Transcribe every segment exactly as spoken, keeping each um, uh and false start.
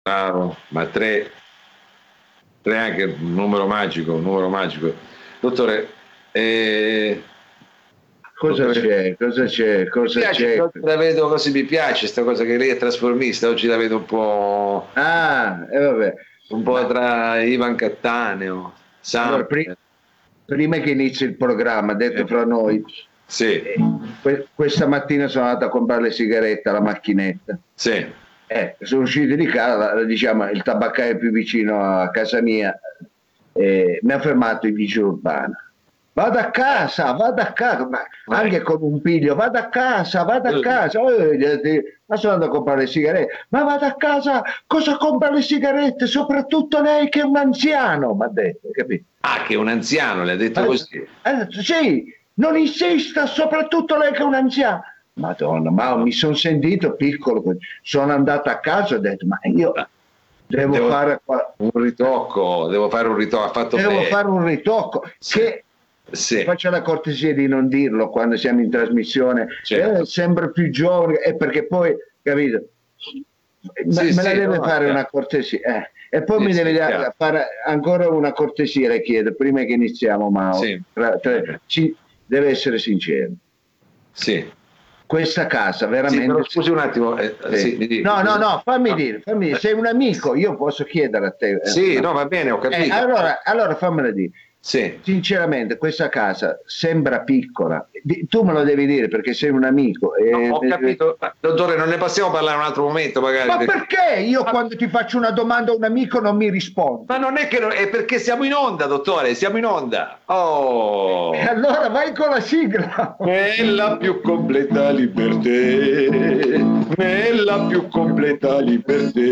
Bravo, ma tre, tre è anche un numero magico, un numero magico. Dottore, eh, Cosa dottore, c'è? Cosa c'è? mi Cosa piace, c'è? oggi la vedo così, mi piace questa cosa che lei è trasformista, oggi la vedo un po', Ah, e vabbè. un po' Ma tra Ivan Cattaneo, allora, pri- Samper. prima che inizi il programma, detto Eh, fra noi, sì, eh, que- questa mattina sono andato a comprare le sigarette alla macchinetta. sì. Eh, sono uscito di casa, diciamo, il tabaccaio più vicino a casa mia, eh, mi ha fermato il vigile urbano. Vada a casa, vada a casa, ma Eh, anche con un piglio, vada a casa, vada a casa. Eh, gli ho detto, ma sono andato a comprare le sigarette, ma vada a casa, cosa compra le sigarette? Soprattutto lei che è un anziano, mi ha detto, capito? Ah, che un anziano le ha detto Eh, così. eh, sì, non insista, soprattutto lei che è un anziano. Madonna, ma mi sono sentito piccolo, sono andato a casa e ho detto, ma io Ah, devo devo fare, qua- un ritocco, devo fare un ritocco, ha fatto devo bene. fare un ritocco Sì, che sì, faccia la cortesia di non dirlo quando siamo in trasmissione, eh, certo. sembra più giovane, e perché poi, capito, me, Sì, me la sì, no, deve no, è fare chiaro. una cortesia, eh. E poi Sì, mi sì, deve è da- chiaro. fare ancora una cortesia, le chiedo, prima che iniziamo, Mao, Sì, tra- tra- vabbè. ci- deve essere sincero. Sì, Questa casa sì, però veramente... scusi un attimo, eh, eh, sì. sì, mi dica, No, no, scusi. no, fammi No. dire, fammi dire, Eh, sei un amico, io posso chiedere a te. eh, sì, no. no, va bene, ho Eh, capito. allora, allora fammela dire. Sì. Sinceramente, questa casa sembra piccola. Di- Tu me lo devi dire perché sei un amico. No, e- ho capito, ma, dottore, non ne possiamo parlare un altro momento, magari, Ma perché... perché io Ma, quando ti faccio una domanda a un amico non mi ma rispondi? non è che... non- è perché siamo in onda, dottore, siamo in onda. E Oh! allora vai con la sigla. Nella più completa libertà, nella più completa libertà,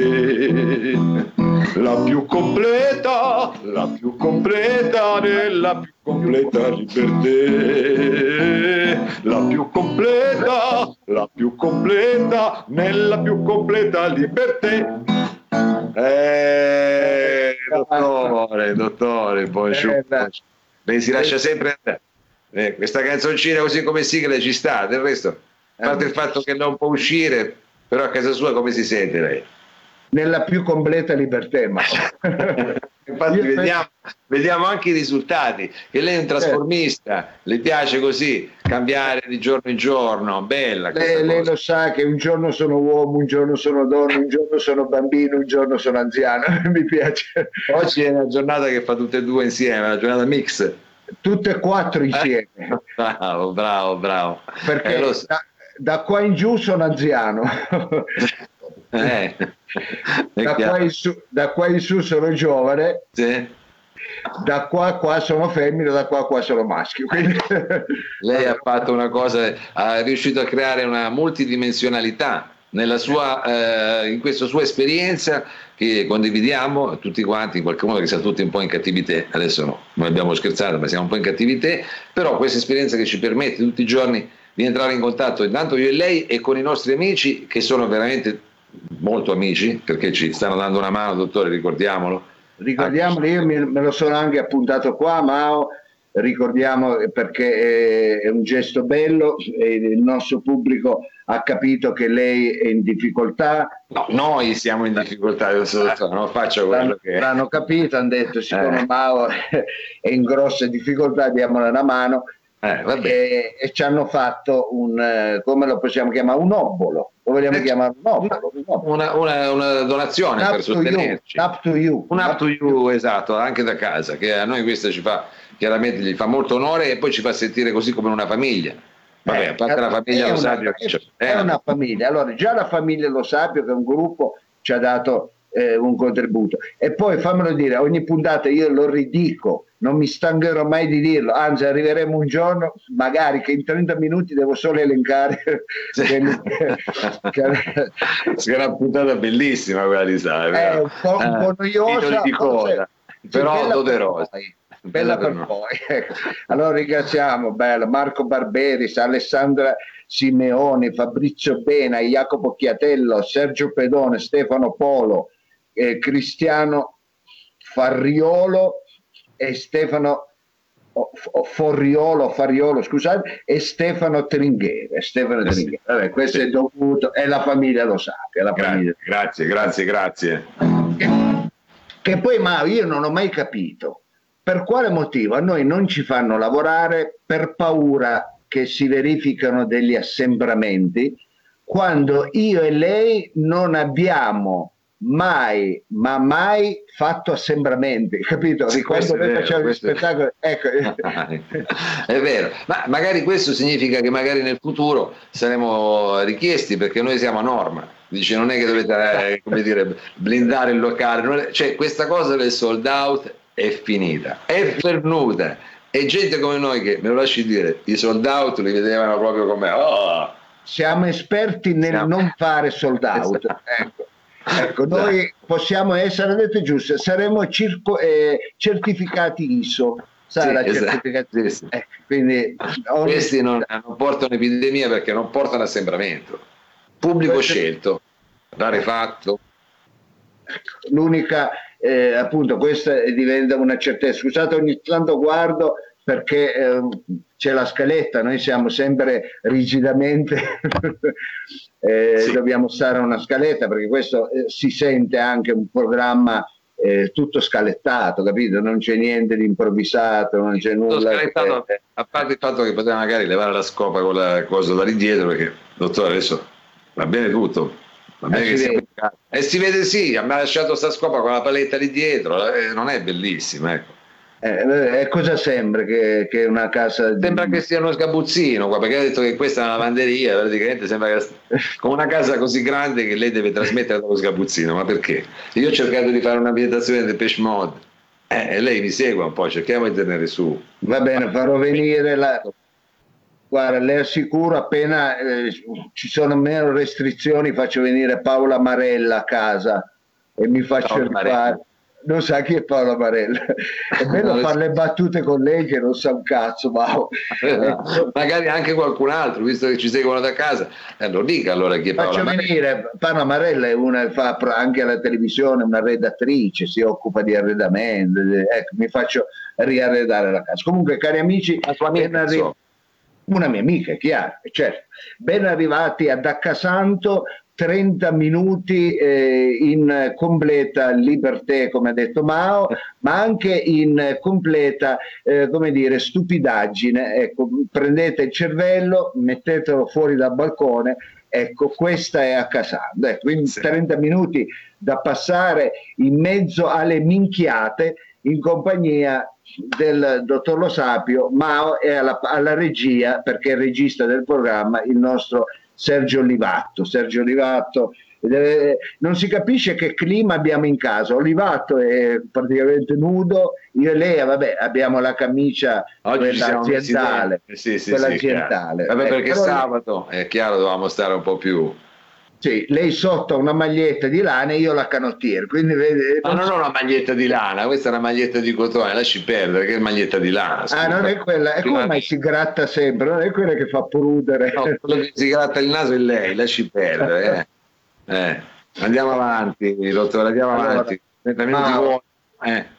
la più completa, la più completa, nella più completa libertà, la più completa, la più completa, nella più completa libertà. Eh, dottore, dottore, buongiorno. Eh, dai. Lei si lascia sempre andare. Eh, questa canzoncina così come sigla ci sta, del resto, a Eh parte beh, il fatto che non può uscire, però a casa sua come si sente lei? nella più completa libertà, ma Infatti io vediamo, penso, vediamo anche i risultati, che lei è un eh, trasformista, le piace così, cambiare di giorno in giorno, bella questa lei, lei cosa. lo sa che un giorno sono uomo, un giorno sono donna, un giorno sono bambino, un giorno sono anziano. Mi piace. Oggi è una giornata che fa tutte e due insieme, una giornata mix. Tutte e quattro Eh? insieme, Bravo, bravo, bravo. Eh, lo perché so. da, da qua in giù sono anziano, Eh, è da qua in chiaro. su, da qua in su sono giovane, Sì. da qua a qua sono femmine, da qua a qua sono maschio. Quindi, Lei vabbè, ha fatto una cosa, è riuscito a creare una multidimensionalità nella sua, eh, in questa sua esperienza che condividiamo tutti quanti, in qualche modo che siamo tutti un po' in cattività, adesso no, non abbiamo scherzato, ma siamo un po' in cattività, però questa esperienza che ci permette tutti i giorni di entrare in contatto intanto io e lei e con i nostri amici che sono veramente molto amici, perché ci stanno dando una mano, dottore, ricordiamolo. Anche- ricordiamolo, io me, me lo sono anche appuntato qua, Mao, ricordiamo perché è, è un gesto bello e il nostro pubblico ha capito che lei è in difficoltà. No, noi siamo in difficoltà, adesso, dottore, non faccia quello L'hanno, che... l'hanno capito, hanno detto Eh, siccome Mao è in grosse difficoltà diamole una mano eh, va bene. e, e ci hanno fatto un, eh, come lo possiamo chiamare, un obolo, lo vogliamo Eh, chiamare un Una, obolo, un obolo. una- una- una Un donazione per up to you, sostenerci. up to you, Un un up up to to you. you, esatto, anche da casa, che a noi questo ci fa, chiaramente gli fa molto onore e poi ci fa sentire così come una famiglia. Vabbè, a Eh, parte la famiglia è lo una, Sapio, che c'è. è Eh, una famiglia. Allora, già la famiglia Lo Sapio, che è un gruppo, ci ha dato eh, un contributo. E poi fammelo dire, ogni puntata io lo ridico, non mi stancherò mai di dirlo, anzi arriveremo un giorno, magari che in trenta minuti devo solo elencare sì. quelli che... che Sì, è una puntata bellissima quella di Sapio, è però. un po', un po' Eh, titoli noiosa, di forse coda, sì, però bella per doverosa. poi. Bella Bella per per noi. poi. Ecco. Allora ringraziamo bello, Marco Barberis, Alessandra Simeoni, Fabrizio Bena, Jacopo Chiatello, Sergio Pedone, Stefano Polo, eh, Cristiano Farriolo e Stefano Forriolo, Fariolo, scusate, e Stefano Tringhiere. Stefano Eh sì. Tringhiere. Vabbè, questo Sì. è dovuto, e la famiglia lo sa. Che la Grazie, famiglia... grazie, grazie, grazie. Che, che poi, ma io non ho mai capito per quale motivo a noi non ci fanno lavorare per paura che si verificano degli assembramenti, quando io e lei non abbiamo mai, ma mai fatto assembramenti, capito? Sì, Quando noi vero, facciamo gli questo è... spettacoli, ecco. È vero, ma magari questo significa che magari nel futuro saremo richiesti, perché noi siamo a norma. Dice, non è che dovete eh, come dire, blindare il locale, non è... cioè questa cosa del sold out è finita, è fernuta, e gente come noi che, me lo lasci dire, i sold out li vedevano proprio come oh! Siamo esperti nel Siamo... non fare sold out. Esatto. Ecco. Ecco, noi possiamo essere, detto giusto, saremo circo, eh, certificati I S O. Sì, esatto. Sì, sì. Ecco, quindi, ogni... Questi non, non portano epidemia perché non portano assembramento. Pubblico Questo... scelto, rarefatto. L'unica, eh, appunto, questa diventa una certezza. Scusate, ogni tanto guardo perché eh, c'è la scaletta, noi siamo sempre rigidamente, eh, sì. Dobbiamo stare a una scaletta, perché questo eh, si sente anche un programma eh, tutto scalettato, capito? Non c'è niente di improvvisato, non c'è nulla. Che... A parte il fatto che poteva magari levare la scopa con la cosa da lì dietro, perché dottore adesso va bene tutto. Va bene, eh, che si vede. E si vede, sì, mi ha lasciato sta scopa con la paletta lì dietro, eh, non è bellissima, ecco. Eh, eh, cosa sembra che, che una casa sembra di... che sia uno sgabuzzino qua, perché ha detto che questa è una lavanderia, praticamente sembra che con una casa così grande che lei deve trasmettere dallo sgabuzzino. Ma perché? Io ho cercato di fare una ambientazione del Depeche Mode eh, e lei mi segua un po', cerchiamo di tenere su. Va bene, farò venire la... Guarda, le assicuro, appena eh, ci sono meno restrizioni faccio venire Paola Marella a casa e mi faccio rifare. Non sa chi è Paola Marella, è bello no, fare le battute con lei che non sa un cazzo, ma ecco. Magari anche qualcun altro, visto che ci seguono da casa, eh, lo dica allora chi è Paola Faccio Marella. venire, Paola Marella è una, fa anche alla televisione, una redattrice, si occupa di arredamento, ecco, mi faccio riarredare la casa. Comunque, cari amici, la sua amica, so. Una mia amica, chiaro, certo. Ben arrivati ad Accasanto, trenta minuti eh, in completa libertà, come ha detto Mao, ma anche in completa, eh, come dire, stupidaggine. Ecco, prendete il cervello, mettetelo fuori dal balcone, ecco, questa è Accasanto. Ecco, quindi sì. trenta minuti da passare in mezzo alle minchiate, in compagnia del dottor Lo Sapio, Mao e alla, alla regia, perché è il regista del programma, il nostro Sergio Olivatto. Sergio Olivatto, eh, non si capisce che clima abbiamo in casa. Olivatto è praticamente nudo, io e lei vabbè, abbiamo la camicia quella aziendale, sì, sì, quella sì, aziendale. Vabbè, eh, perché però, sabato è chiaro, dovevamo stare un po' più. Sì, lei sotto una maglietta di lana e io la canottiera, quindi vede, ma non ho una maglietta di lana, questa è una maglietta di cotone, lasci perdere, che è maglietta di lana. Scusa. Ah, non è quella, e come mai si gratta sempre, non è quella che fa prudere. No, quello che si gratta il naso è lei, lasci perdere. Eh. Eh. Andiamo avanti, dottore, andiamo allora, avanti. trenta minuti ma... eh.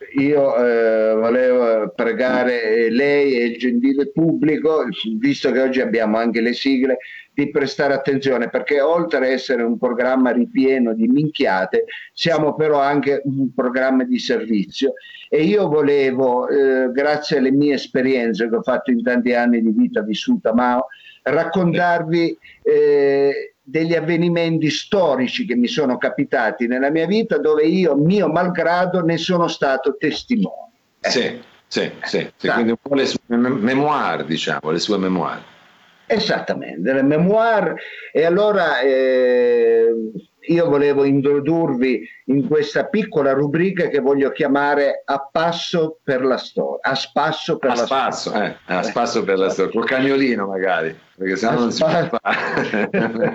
Io eh, volevo pregare lei e il gentile pubblico, visto che oggi abbiamo anche le sigle, di prestare attenzione, perché oltre a essere un programma ripieno di minchiate, siamo però anche un programma di servizio. E io volevo, eh, grazie alle mie esperienze che ho fatto in tanti anni di vita vissuta a Mao, raccontarvi eh, degli avvenimenti storici che mi sono capitati nella mia vita, dove io, mio malgrado, ne sono stato testimone. Eh. Sì, sì, sì, sì. Quindi un po' le sue memoir, diciamo, le sue memoir. Esattamente, le memoir. E allora eh, io volevo introdurvi in questa piccola rubrica che voglio chiamare A passo per la storia. A spasso per a la spasso, storia. Eh, a spasso per la storia, col cagnolino magari, perché sennò non si può fare.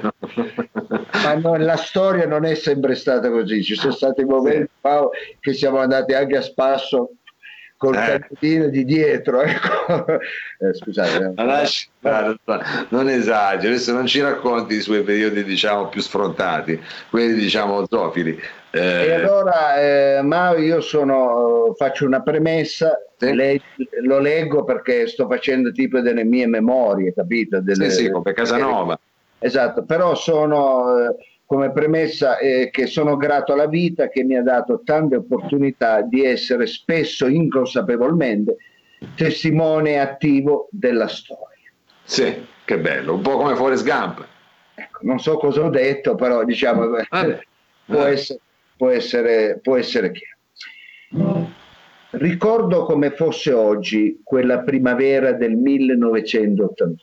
Ma no, la storia non è sempre stata così, ci sono stati momenti, Paolo, che siamo andati anche a spasso col Eh. cagnolino di dietro, ecco. Eh, scusate, Ma lasci stare, non esageri, adesso non ci racconti i suoi periodi diciamo più sfrontati, quelli diciamo zoofili. Eh, E allora, eh, Mao, io sono, faccio una premessa, Sì. lei, lo leggo perché sto facendo tipo delle mie memorie, capito? Delle, sì, sì, come Casanova. Esatto, però sono eh, come premessa eh, che sono grato alla vita che mi ha dato tante opportunità di essere spesso inconsapevolmente testimone attivo della storia. Sì, che bello, un po' come Forrest Gump. Ecco, non so cosa ho detto, però diciamo Vabbè. può, Eh. essere, può, essere, può essere chiaro. Ricordo come fosse oggi quella primavera del millenovecentottantuno.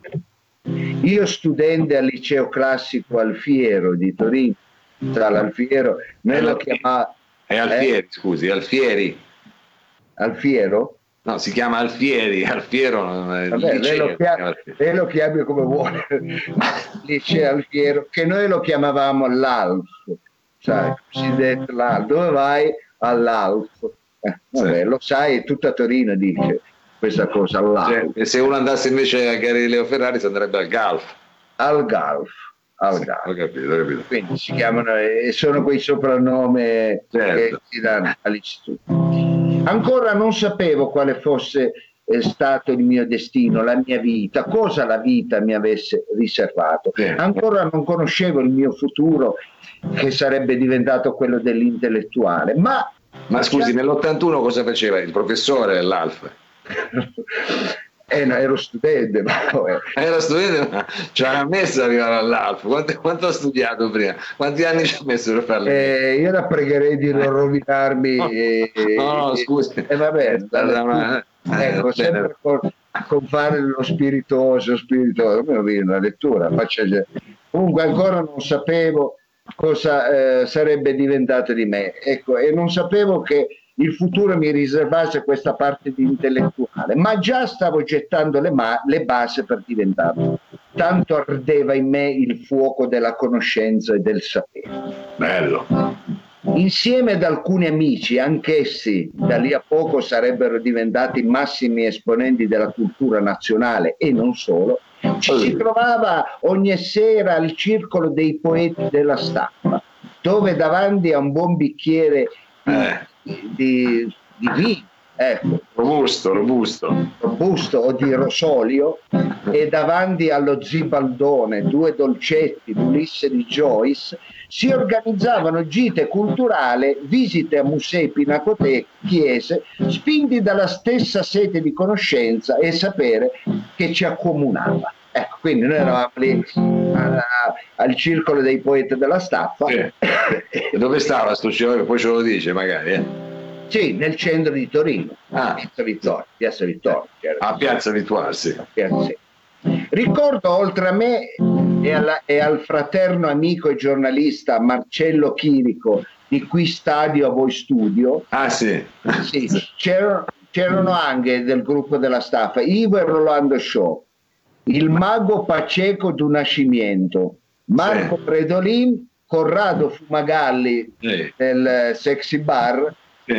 Io studente al liceo classico Alfiero di Torino, tra l'Alfiero, noi lo chiamavamo... È Alfieri, eh? Scusi, Alfieri. Alfiero? No, si chiama Alfieri, Alfiero non è Vabbè, lei, lo chiama, lei lo chiami come vuole, liceo Alfiero, che noi lo chiamavamo l'Alf, sai, cosiddetto l'Alf. Dove vai? All'Alf. Eh, vabbè, sì. Lo sai, tutta Torino dice questa cosa, all'Alf. Cioè, e se uno andasse invece a Galileo Ferrari si andrebbe al Galf. Al Galf. Al sì, Galf. Ho capito, ho capito. Quindi si chiamano, e sono quei soprannomi certo. che si danno all'istituto. Ancora non sapevo quale fosse eh, stato il mio destino, la mia vita, cosa la vita mi avesse riservato. Sì. Ancora non conoscevo il mio futuro, che sarebbe diventato quello dell'intellettuale. Ma, ma scusi, nell'ottantuno cosa faceva il professore dell'Alf? Eh, no, ero studente, ma era studente, ma ci ha messo ad arrivare all'Alf. Quanto, quanto ha studiato prima? Quanti anni ci ha messo per farlo? Eh, io la pregherei di non rovinarmi. No, e, no, no, scusi. E eh, vabbè, una... ecco, eh, sempre con, con fare lo spiritoso, spiritoso, mi rovino la lettura. Faccia... Comunque ancora non sapevo cosa eh, sarebbe diventato di me. Ecco, e non sapevo che il futuro mi riservasse questa parte di intellettuale, ma già stavo gettando le, ma- le basi per diventarlo. Tanto ardeva in me il fuoco della conoscenza e del sapere. Bello. Insieme ad alcuni amici, anch'essi da lì a poco sarebbero diventati massimi esponenti della cultura nazionale e non solo, ci si trovava ogni sera al circolo dei poeti della stampa, dove davanti a un buon bicchiere di, eh. di, di vino, ecco, robusto, robusto, robusto o di rosolio, e davanti allo Zibaldone, due dolcetti, l'Ulisse di Joyce, si organizzavano gite culturali, visite a musei, pinacoteche, chiese, spinti dalla stessa sete di conoscenza e sapere che ci accomunava. Ecco, quindi noi eravamo lì a, al circolo dei poeti della stampa. Sì. Dove stava sto circolo? Poi ce lo dice magari, eh? Sì, nel centro di Torino, ah. Piazza Vittoria, Piazza Vittoria. A Piazza Vittoria, sì. Piazza, sì. Ricordo oltre a me e, alla, e al fraterno amico e giornalista Marcello Chirico di Qui Stadio a Voi Studio, ah sì, sì c'erano, c'erano anche del gruppo della stampa Ivo e Rolando Show, il mago Paceco du Nascimento, Marco sì. Predolin, Corrado Fumagalli sì. del Sexy Bar sì.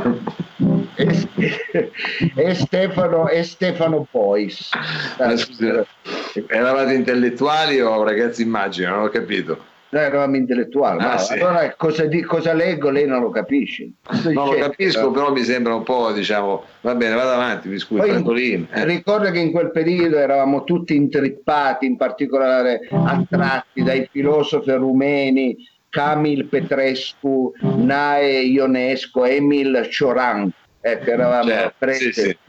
e, e Stefano e Stefano Bois. Ma scusa, eravate intellettuali o ragazzi, immagino, non ho capito. Noi eravamo intellettuali, ah, no? Sì. Allora cosa, di, cosa leggo lei non lo capisce. Non lo capisco, però mi sembra un po', diciamo, va bene, vado avanti, mi scusi. Poi, eh. Ricordo che in quel periodo eravamo tutti intrippati, in particolare attratti dai filosofi rumeni Camil Petrescu, Nae Ionesco, Emil Cioran, ecco, eravamo certo, presi. Sì, sì.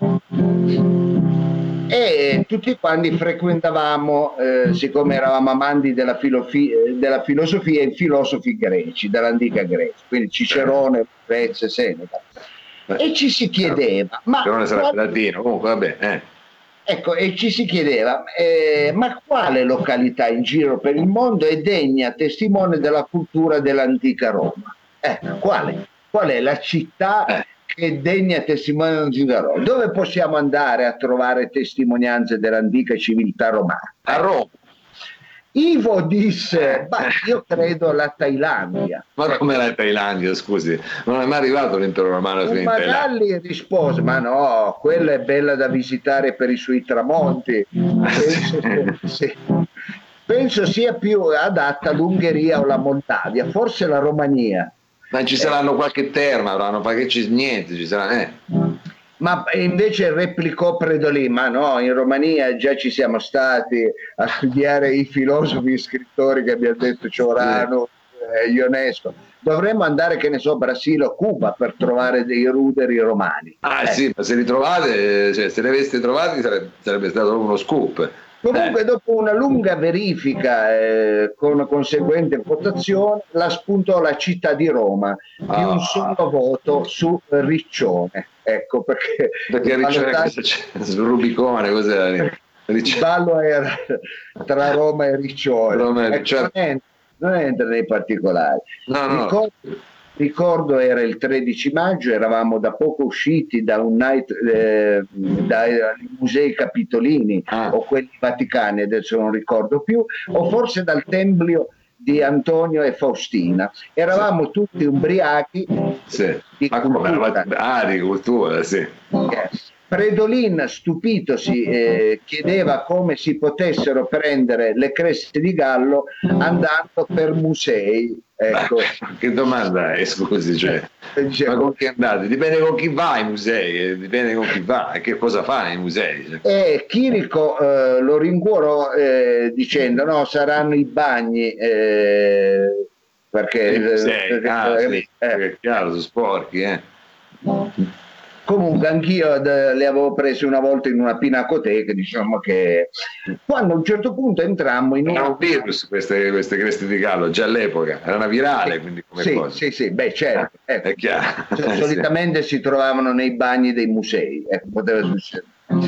E tutti quanti frequentavamo, eh, siccome eravamo amanti della, filofi- della filosofia, i filosofi greci, dell'antica Grecia, quindi Cicerone, Lucrezia, Seneca. E ci si chiedeva, ma Cicerone sarebbe qual- latino, comunque vabbè. Eh. Ecco, e ci si chiedeva, eh, ma quale località in giro per il mondo è degna testimone della cultura dell'antica Roma? Eh, quale? Qual è la città Eh. che è degna testimone dell'antica Roma? Dove possiamo andare a trovare testimonianze dell'antica civiltà romana? A Roma. Ivo disse, ma io credo alla Thailandia. Ma come la Thailandia, scusi? Non è mai arrivato l'impero romano fino in Thailandia. Magalli rispose, ma no, quella è bella da visitare per i suoi tramonti. Penso, sì, penso sia più adatta all'Ungheria o la Moldavia, forse la Romania. Ma ci saranno qualche terma, avranno, ma che ci niente, ci sarà, eh. Ma invece replicò Predolin, ma no, in Romania già ci siamo stati a studiare i filosofi e scrittori che abbiamo detto Ciorano, eh, Ionesco. Dovremmo andare, che ne so, Brasile o Cuba per trovare dei ruderi romani. Ah eh. sì, ma se li trovate, cioè se li aveste trovati sarebbe, sarebbe stato uno scoop. Comunque eh. dopo una lunga verifica eh, con conseguente votazione la spuntò la città di Roma di Ah. un solo voto su Riccione. Ecco perché, perché Riccione ballottaggio... sul Rubicone, cos'era? Il ballo era tra Roma e Riccione. Roma e Ecco, Riccione. non, entra, non entra nei particolari. No, no. Ricordo, ricordo era il tredici maggio, eravamo da poco usciti da un night eh, dai musei capitolini ah. o quelli vaticani, adesso non ricordo più, o forse dal Tempio di Antonio e Faustina. Eravamo sì. tutti ubriachi sì. di Ma cultura. Ah, di cultura, sì. Yes. Predolin, stupitosi, eh, chiedeva come si potessero prendere le creste di gallo andando per musei. Ecco. Che domanda è, scusi, cioè, ma con chi andate? Dipende con chi va ai musei, dipende con chi va e che cosa fa nei musei. E Chirico eh, lo rincuorò eh, dicendo no, saranno i bagni eh, perché musei, eh, ah, eh, sì, eh, è chiaro, sono sporchi, eh. Comunque anch'io le avevo prese una volta in una pinacoteca, diciamo che quando a un certo punto entrammo in una... Era un virus queste, queste creste di gallo, già all'epoca, era una virale, sì, quindi come sì, cosa. Sì, sì, beh certo. Eh, ecco. È chiaro. Solitamente sì. Si trovavano nei bagni dei musei, ecco, poteva succedere.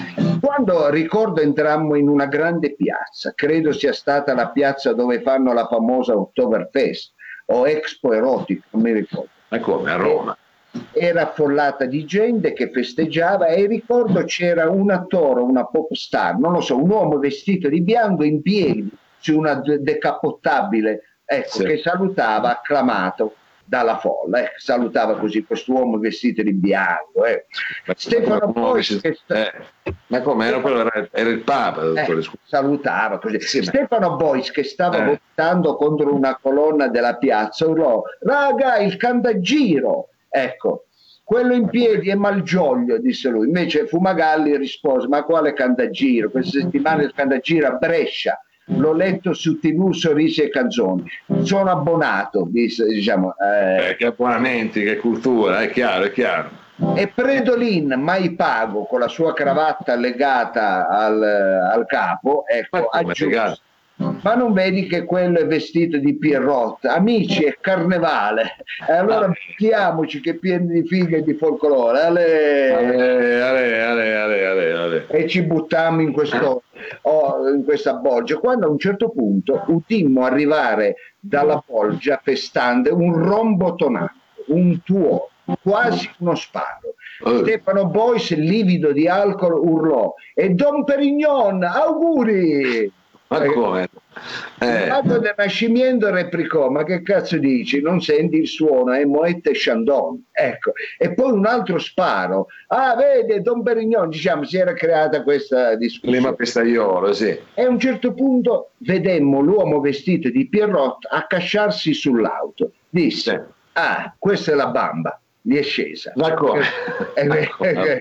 Quando ricordo entrammo in una grande piazza, credo sia stata la piazza dove fanno la famosa Oktoberfest o Expo Erotica, non mi ricordo. Ma come, a Roma? Era affollata di gente che festeggiava e ricordo c'era un attore, una pop star, non lo so, un uomo vestito di bianco in piedi su una decapottabile, ecco, sì. che salutava acclamato dalla folla, eh, salutava così quest'uomo vestito di bianco. Eh. Stefano Bois, che sta... eh, ma come era, quello era, era il Papa, dottore, eh, salutava così. Sì, Stefano ma... Bois, che stava eh. votando contro una colonna della piazza, urlò: raga, il Cantagiro! Ecco, quello in piedi è Malgioglio, disse lui. Invece Fumagalli rispose: ma quale Cantagiro? Questa settimana il Cantagiro a Brescia. L'ho letto su tivù, Sorrisi e Canzoni. Sono abbonato, disse, diciamo. Eh. Eh, che abbonamenti, che cultura, è chiaro, è chiaro. E Predolin, mai pago, con la sua cravatta legata al, al capo, ecco, aggiunge: ma non vedi che quello è vestito di Pierrot? Amici, è carnevale. E allora mettiamoci che pieni di fighe e di folklore. Ale. Ale, ale, ale, ale, ale, ale. E ci buttammo in, questo, oh, in questa bolgia. Quando a un certo punto udimmo arrivare dalla bolgia festante un rombo tonante, un tuo, quasi uno sparo. Oh. Stefano Bois, livido di alcol, urlò: e Don Perignon, auguri! Ma come? Eh. Il padre del Nascimento replicò: ma che cazzo dici? Non senti il suono, è Moette Chandon. Ecco. E poi un altro sparo: ah, vede, Don Perignon, diciamo, si era creata questa discussione. Lima Pestaiolo, sì. E a un certo punto vedemmo l'uomo vestito di Pierrot accasciarsi sull'auto. Disse: sì. ah, questa è la bamba. Gli è scesa. Ma come? Eh, eh, eh,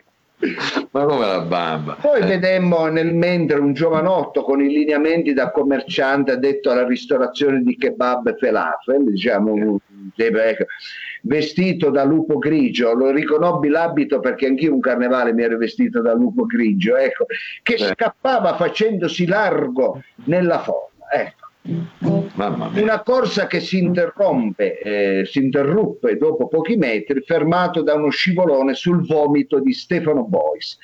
Ma come la bamba? Poi eh. vedemmo nel mentre un giovanotto con i lineamenti da commerciante addetto alla ristorazione di kebab e falafel, diciamo, eh. vestito da lupo grigio. Lo riconobbi l'abito perché anch'io un carnevale mi ero vestito da lupo grigio, ecco, che eh. scappava facendosi largo nella folla, ecco. Mamma mia. Una corsa che si interrompe, eh, si interruppe dopo pochi metri, fermato da uno scivolone sul vomito di Stefano Bois,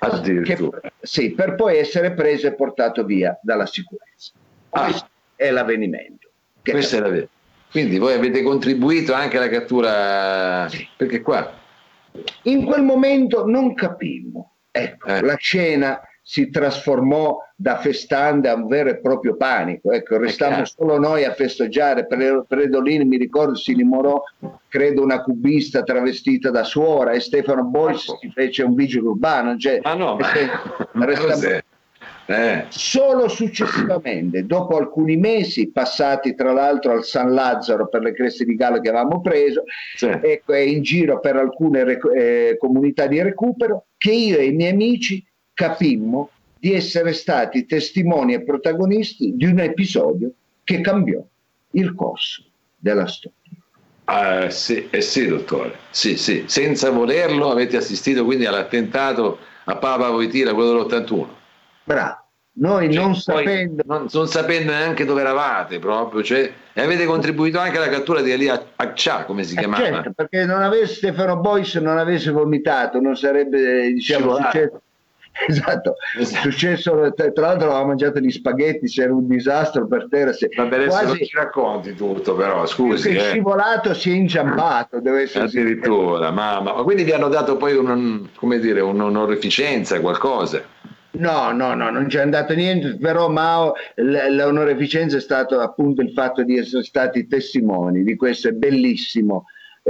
che, sì, per poi essere preso e portato via dalla sicurezza. Ah. Questo è l'avvenimento. Questo è l'avvenimento. Quindi voi avete contribuito anche alla cattura, sì. Perché qua? In quel momento non capimmo. Ecco, eh. la scena si trasformò da festande a un vero e proprio panico. Ecco, restammo solo noi a festeggiare. Predolini, mi ricordo, si dimorò, credo, una cubista travestita da suora, e Stefano Bois si fece un vigile urbano. Cioè, ah no, ma... restammo... Eh. Solo successivamente, dopo alcuni mesi passati tra l'altro al San Lazzaro per le creste di gallo che avevamo preso, sì. Ecco, e in giro per alcune eh, comunità di recupero, che io e i miei amici capimmo di essere stati testimoni e protagonisti di un episodio che cambiò il corso della storia. Uh, sì, eh sì, dottore, sì, sì, senza volerlo avete assistito quindi all'attentato a Papa Wojtyła, quello dell'ottantuno. Bravo, noi cioè, non sapendo non, non sapendo neanche dove eravate proprio, cioè, e avete contribuito anche alla cattura di Ali Akçaa, come si chiamava? Eh certo, perché non avesse Stefano Bois non avesse vomitato, non sarebbe, diciamo, successo. Esatto, esatto. Successo, tra l'altro aveva mangiato gli spaghetti, c'era un disastro per terra. Se, Vabbè, adesso quasi, non ci racconti tutto, però scusi. Il eh. scivolato si è inciampato, deve essere addirittura, mamma. Ma quindi vi hanno dato poi un, come dire, un'onorificenza, qualcosa? No, no, no, non c'è andato niente, però Mao, l'onorificenza è stato appunto il fatto di essere stati testimoni di questo bellissimo,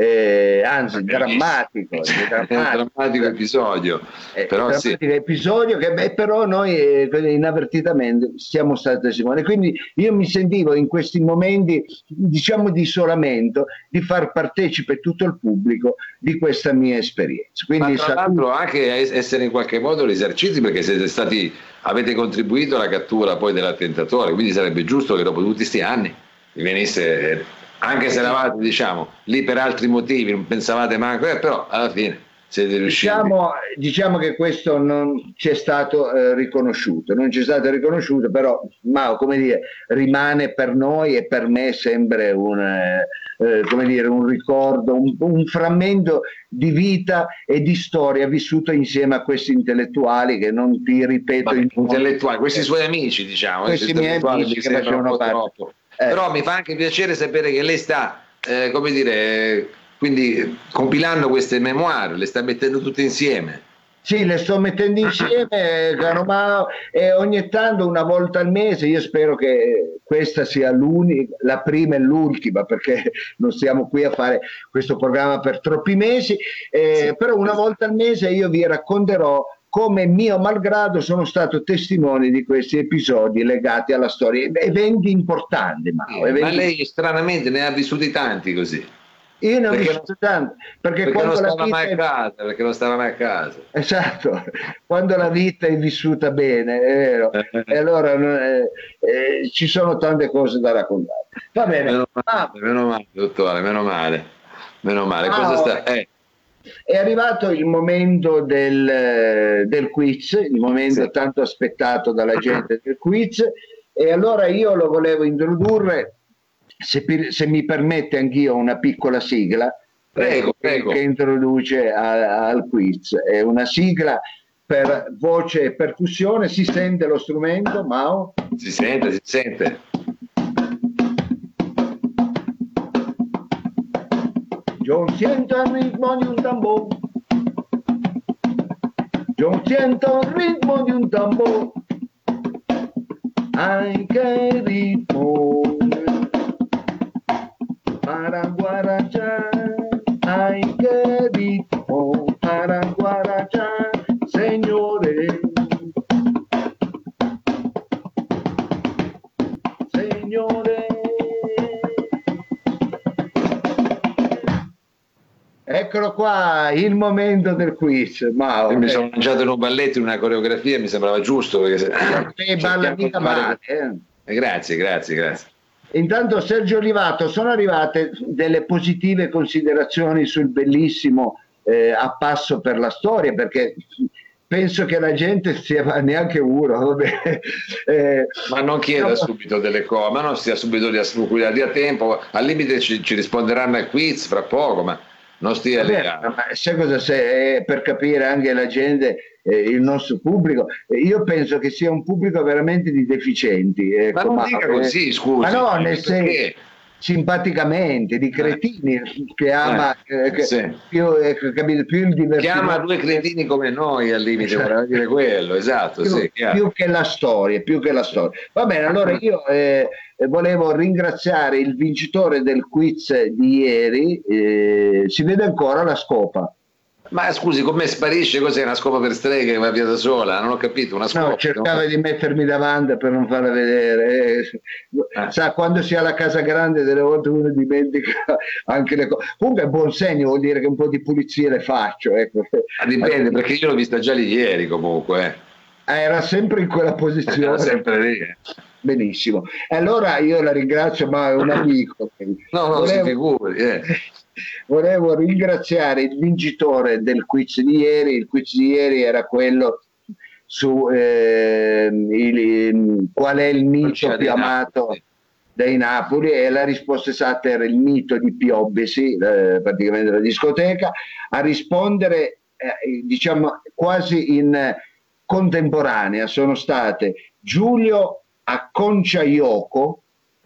eh, anzi drammatico, drammatico, drammatico episodio, eh, però drammatico sì. episodio che beh, però noi eh, inavvertitamente siamo stati testimoni, quindi io mi sentivo in questi momenti, diciamo, di isolamento, di far partecipe tutto il pubblico di questa mia esperienza. Quindi, ma tra l'altro anche essere in qualche modo risarciti, perché siete stati, avete contribuito alla cattura poi dell'attentatore, quindi sarebbe giusto che dopo tutti questi anni vi venisse, anche se eravate, diciamo, lì per altri motivi, non pensavate manco, eh, però alla fine siete riusciti. Diciamo, diciamo che questo non ci è stato eh, riconosciuto, non ci è stato riconosciuto, però ma, come dire, rimane per noi e per me sempre un, eh, come dire, un ricordo, un, un frammento di vita e di storia vissuto insieme a questi intellettuali che non ti ripeto. Vabbè, intellettuali, questi suoi amici, diciamo. Questi miei amici che facevano parte. Eh. Però mi fa anche piacere sapere che lei sta, eh, come dire, quindi compilando queste memoir, le sta mettendo tutte insieme. Sì, le sto mettendo insieme, caro Mao, e ogni tanto, una volta al mese, io spero che questa sia l'unica, la prima e l'ultima, perché non stiamo qui a fare questo programma per troppi mesi, eh, sì, però una volta al mese io vi racconterò come mio malgrado sono stato testimone di questi episodi legati alla storia, eventi importanti. Ma, eh, eventi... ma lei stranamente ne ha vissuti tanti così. Io ne ho perché vissuto tanti, perché, perché quando non stava la vita mai a casa, perché non stava mai a casa. Esatto, quando la vita è vissuta bene, è vero, e allora eh, eh, ci sono tante cose da raccontare. Va bene. Meno male, ah, meno male dottore, meno male, meno male. Ah, cosa sta... eh. È arrivato il momento del, del quiz, il momento sì. tanto aspettato dalla gente del quiz, e allora io lo volevo introdurre, se, se mi permette anch'io, una piccola sigla prego, che, prego. che introduce a, al quiz. È una sigla per voce e percussione. Si sente lo strumento, Mao? Si sente, si sente. Yo siento el ritmo de un tambor, yo siento el ritmo de un tambor, ay qué ritmo, para guarachar, ay qué ritmo, para guarachar, señores, señores. Eccolo qua, il momento del quiz. Mao, Io mi sono mangiato in un balletto, in una coreografia, mi sembrava giusto. Perché se... eh, balla mica male. Eh. Grazie, grazie, grazie. Intanto Sergio Olivato, sono arrivate delle positive considerazioni sul bellissimo eh, A passo per la storia, perché penso che la gente sia neanche uno, vabbè. Eh, ma non chieda no, subito delle cose, ma non stia subito di a, dia tempo, al limite ci, ci risponderanno al quiz fra poco, ma non stia lì. Ma sai cosa, se, per capire anche la gente, eh, il nostro pubblico, eh, io penso che sia un pubblico veramente di deficienti. Ecco, ma non ma, dica eh, così, scusi. Ma no, nel senso, simpaticamente, di cretini, che ama eh, eh, che sì. più, eh, capito, più il divertimento. Chiama due cretini come noi al limite, voleva dire quello, esatto, più, sì, chiaro. più che la storia, più che la storia. Va bene, allora io eh, volevo ringraziare il vincitore del quiz di ieri, eh, si vede ancora la scopa. Ma scusi, come sparisce? Cos'è, una scopa per streghe che va via da sola? Non ho capito, una scopa. No, cercava no? di mettermi davanti per non farla vedere. Eh, eh. Sa, quando si ha la casa grande delle volte uno dimentica anche le cose. Comunque è buon segno, vuol dire che un po' di pulizie le faccio. Ecco. Ma dipende, perché io l'ho vista già lì ieri comunque. Eh. Era sempre in quella posizione. Era sempre lì. Eh. Benissimo. E allora io la ringrazio, ma è un amico. No, no, Volevo... si figuri. Eh. Volevo ringraziare il vincitore del quiz di ieri. Il quiz di ieri era quello su eh, il, qual è il mito più amato Napoli. dei Napoli, e la risposta esatta era il mito di Piobbesi, eh, praticamente la discoteca. A rispondere eh, diciamo quasi in contemporanea sono state Giulio Acconciaiocco,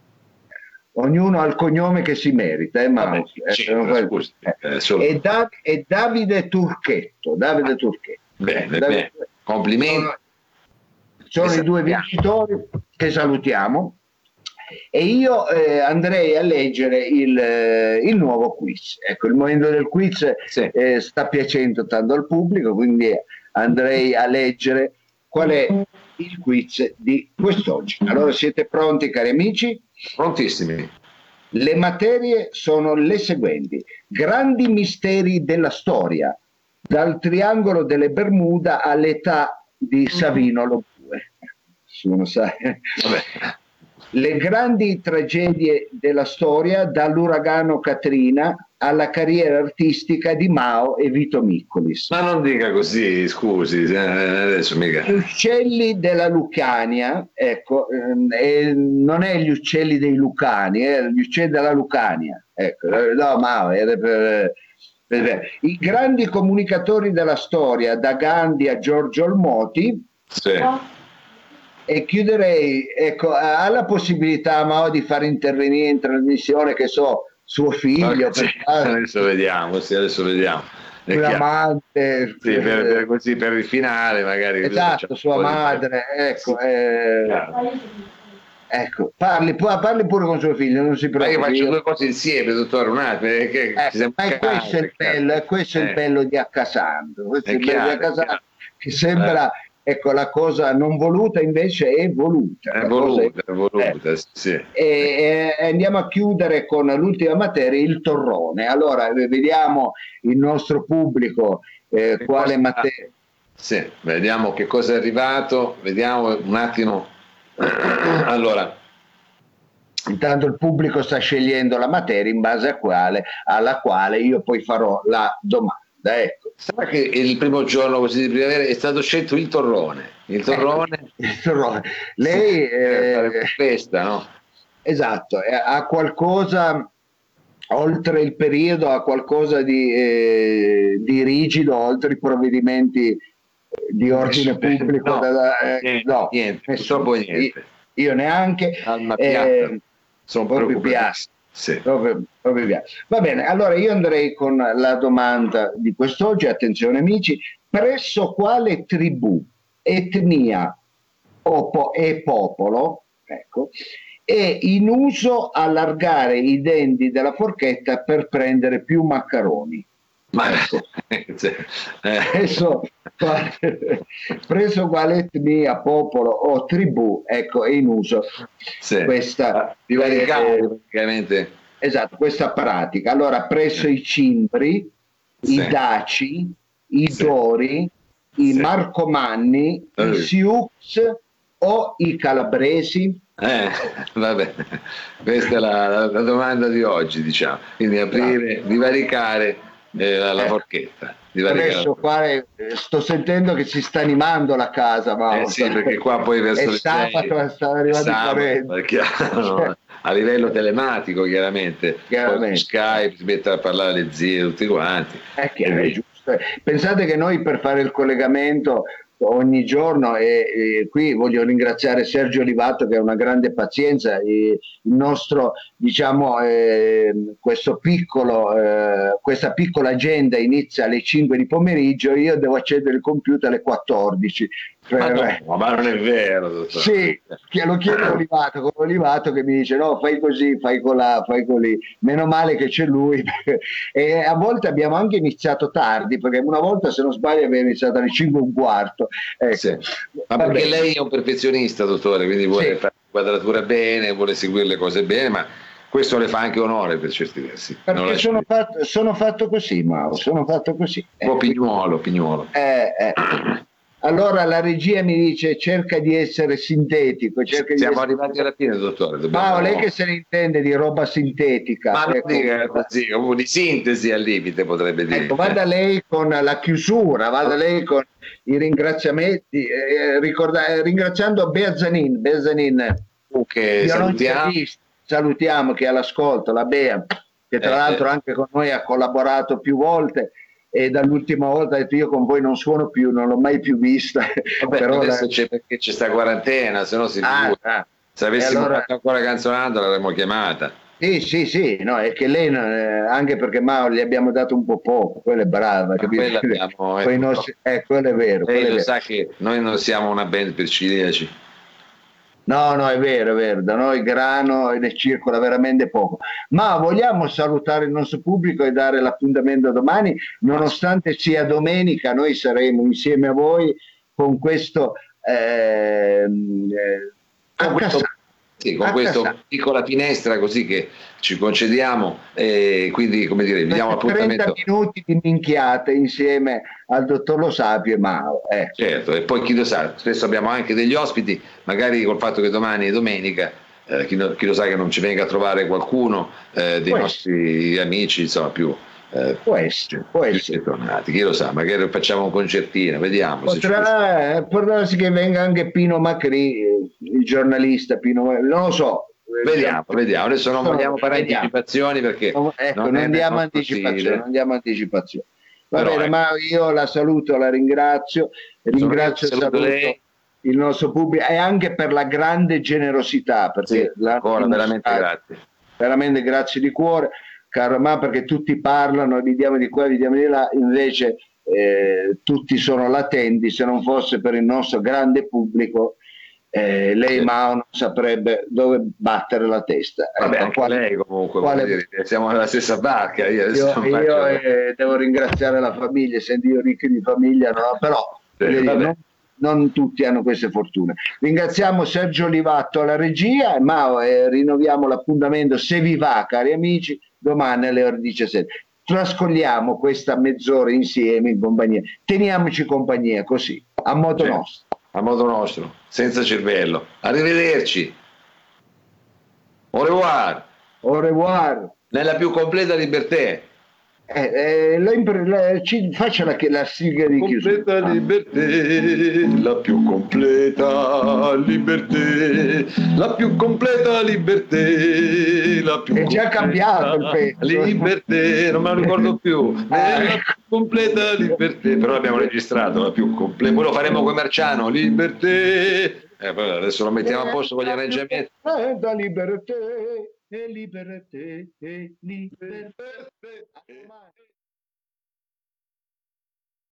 ognuno ha il cognome che si merita, eh, ma Vabbè, eh, eh, scusi, eh, solo... e, da, e Davide Turchetto, Davide Turchetto. Bene, Davide, bene. Complimenti. Sono, sono i due vincitori che salutiamo, e io eh, andrei a leggere il, eh, il nuovo quiz. Ecco, il momento del quiz sì. eh, sta piacendo tanto al pubblico, quindi andrei a leggere qual è il quiz di quest'oggi. Allora, siete pronti, cari amici? Prontissimi. Le materie sono le seguenti: grandi misteri della storia, dal triangolo delle Bermuda all'età di Savino Lo Bue. Nessuno sa. Vabbè. Le grandi tragedie della storia, dall'uragano Katrina alla carriera artistica di Mao e Vito Miccolis. Ma non dica così, scusi, adesso mica. Gli uccelli della Lucania, ecco, eh, non è gli uccelli dei Lucani, è gli uccelli della Lucania. Ecco, no, Mao era per, per, per. I grandi comunicatori della storia, da Gandhi a Giorgio Olmoti. Sì. E chiuderei, ecco, ha la possibilità Mao di far intervenire in trasmissione, che so, suo figlio, sì, per adesso vediamo, sì, adesso vediamo. Un amante, sì, per, per, così per il finale magari. Esatto, sua madre, ecco, sì, eh, ecco, parli, parli pure con suo figlio, non si preoccupi. Ma io faccio due cose insieme, dottor, un attimo, che, ecco, ma è questo il bello, è questo eh. il bello di Accasando, questo è il bello di Accasando, che sembra... Eh. Ecco, la cosa non voluta invece è voluta. È voluta, è voluta, eh. sì. E, e andiamo a chiudere con l'ultima materia, il torrone. Allora, vediamo il nostro pubblico, eh, quale materia... Sì, vediamo che cosa è arrivato, vediamo un attimo. Allora... Intanto il pubblico sta scegliendo la materia in base a quale, alla quale io poi farò la domanda. Ecco. Sa che il primo giorno così di primavera è stato scelto il torrone. Il torrone. Eh, il torrone. Lei eh, festa, no? Esatto, ha qualcosa oltre il periodo, ha qualcosa di, eh, di rigido, oltre i provvedimenti di ordine pubblico. No, da, eh, niente, no, niente, purtroppo niente. Io, io neanche. Eh, sono proprio piace. Sì. Proprio, proprio va bene, allora io andrei con la domanda di quest'oggi. Attenzione amici: presso quale tribù, etnia o po- e popolo, ecco, è in uso allargare i denti della forchetta per prendere più maccheroni? Ma ecco. presso, presso quale etnia, popolo o tribù, ecco, è in uso sì. questa eh, praticamente. Esatto, questa pratica. Allora, presso i Cimbri, sì. i Daci, i sì. Dori, i sì. Marcomanni, uh. i Sioux o i Calabresi? Eh, vabbè, questa è la, la, la domanda di oggi, diciamo. Quindi aprire, no. divaricare eh, la, la eh. forchetta. Adesso qua eh, sto sentendo che si sta animando la casa, ma eh sì, perché qua poi verso è sabato, sta arrivando i cioè, a livello telematico chiaramente, chiaramente. Poi Skype si mette a parlare le zie tutti quanti. È chiaro, è giusto. Pensate che noi per fare il collegamento ogni giorno e, e qui voglio ringraziare Sergio Olivato che ha una grande pazienza, e il nostro diciamo eh, questo piccolo eh, questa piccola agenda inizia alle cinque di pomeriggio, io devo accendere il computer alle quattordici per... ma, no, ma non è vero, dottore. Sì, che lo chiedo a Olivato, con Olivato che mi dice no, fai così, fai colà, fai colì, meno male che c'è lui. E a volte abbiamo anche iniziato tardi, perché una volta se non sbaglio abbiamo iniziato alle cinque e un quarto. Ecco. Sì. Ma perché Vabbè. lei è un perfezionista, dottore, quindi vuole Sì. fare quadratura bene, vuole seguire le cose bene, ma questo le fa anche onore per certi versi. Non Perché la- sono fatto, sono fatto così, Mauro, sono fatto così. Un po' pignuolo, pignuolo. Eh, eh. Allora la regia mi dice cerca di essere sintetico, cerca di Siamo essere... arrivati alla fine, dottore. Dobbiamo... Mauro, lei che se ne intende di roba sintetica. Ma non ecco. dica così, di sintesi al limite potrebbe dire. Ecco, vada lei con la chiusura, vada lei con i ringraziamenti, eh, ricorda- eh, ringraziando Bea Zanin, Bea Zanin, Che salutiamo. violoncellista, salutiamo che è all'ascolto, la Bea, che tra Eh, l'altro eh. anche con noi ha collaborato più volte e dall'ultima volta ha detto io con voi non suono più, non l'ho mai più vista. Vabbè, però adesso la- c'è perché c'è sta quarantena, se no si Ah, figura. ah. Se avessimo E allora- fatto ancora canzonando l'avremmo chiamata. Sì, sì, sì, no, è che lei, non- eh, anche perché Mauro gli abbiamo dato un po' poco, quella è brava, capito? quella abbiamo- Con i ecco. nostri- eh, quello è vero. quello Lei è lo vero. sa che noi non siamo una band per ciliegi. No, no, è vero, è vero, da noi grano e ne circola veramente poco. Ma vogliamo salutare il nostro pubblico e dare l'appuntamento domani, nonostante sia domenica, noi saremo insieme a voi con questo ehm, eh, Con questo, H S A. sì, con H S A. questa piccola finestra così che ci concediamo e quindi come dire vi diamo trenta appuntamento. minuti di minchiate insieme al dottor Lo Sapio e Mao. Ecco. Certo, e poi chi lo sa, spesso abbiamo anche degli ospiti, magari col fatto che domani è domenica, eh, chi, lo, chi lo sa che non ci venga a trovare qualcuno eh, dei Può nostri amici, insomma, più, eh, Può essere, può più essere. tornati, chi lo sa, magari facciamo un concertino, vediamo. Se ci Potrà, eh, può darsi che venga anche Pino Macri, eh, il giornalista Pino Macri, non lo so. Vediamo, vediamo, adesso non Sono- vogliamo fare vediamo. anticipazioni perché No, ecco, non non, è nel diamo nostro anticipazioni, stile. non diamo anticipazioni. Va Però, bene, ecco. ma io la saluto, la ringrazio, ringrazio e Sono io che saluto saluto lei. il nostro pubblico e anche per la grande generosità, perché Sì, l'hanno ancora, veramente dimostrato. grazie. Veramente grazie di cuore, caro ma perché tutti parlano, vediamo di qua, vediamo di là, invece eh, tutti sono latenti, se non fosse per il nostro grande pubblico eh, lei Sì. Mao non saprebbe dove battere la testa. Vabbè, Ecco, anche quale- lei comunque, quale- voglio dire, siamo nella stessa barca. Io adesso io, non io, faccio- eh, devo ringraziare la famiglia, essendo io ricco di famiglia, no? Però Sì, voglio dire, vabbè. non, non tutti hanno queste fortune. Ringraziamo Sergio Olivatto alla regia, e Mao, eh, rinnoviamo l'appuntamento, se vi va, cari amici, domani alle ore diciassette. Trascorriamo questa mezz'ora insieme in compagnia, teniamoci compagnia così, a modo Sì. nostro. A modo nostro, senza cervello. Arrivederci. Au revoir. Au revoir. Nella più completa libertà. Eh, eh, la impre- la- ci- faccia la, la sigla di chiusura. Completa libertà, la più completa libertà, la più completa libertà, la più È già completa cambiato il pezzo. libertà, non me lo ricordo più, Ah, nella ecco. più completa libertà, però l'abbiamo registrato, la più completa, poi lo faremo con Marciano, libertà, eh, poi adesso lo mettiamo a posto con gli arrangiamenti. Eh, da libertà, e libertà, e libertà.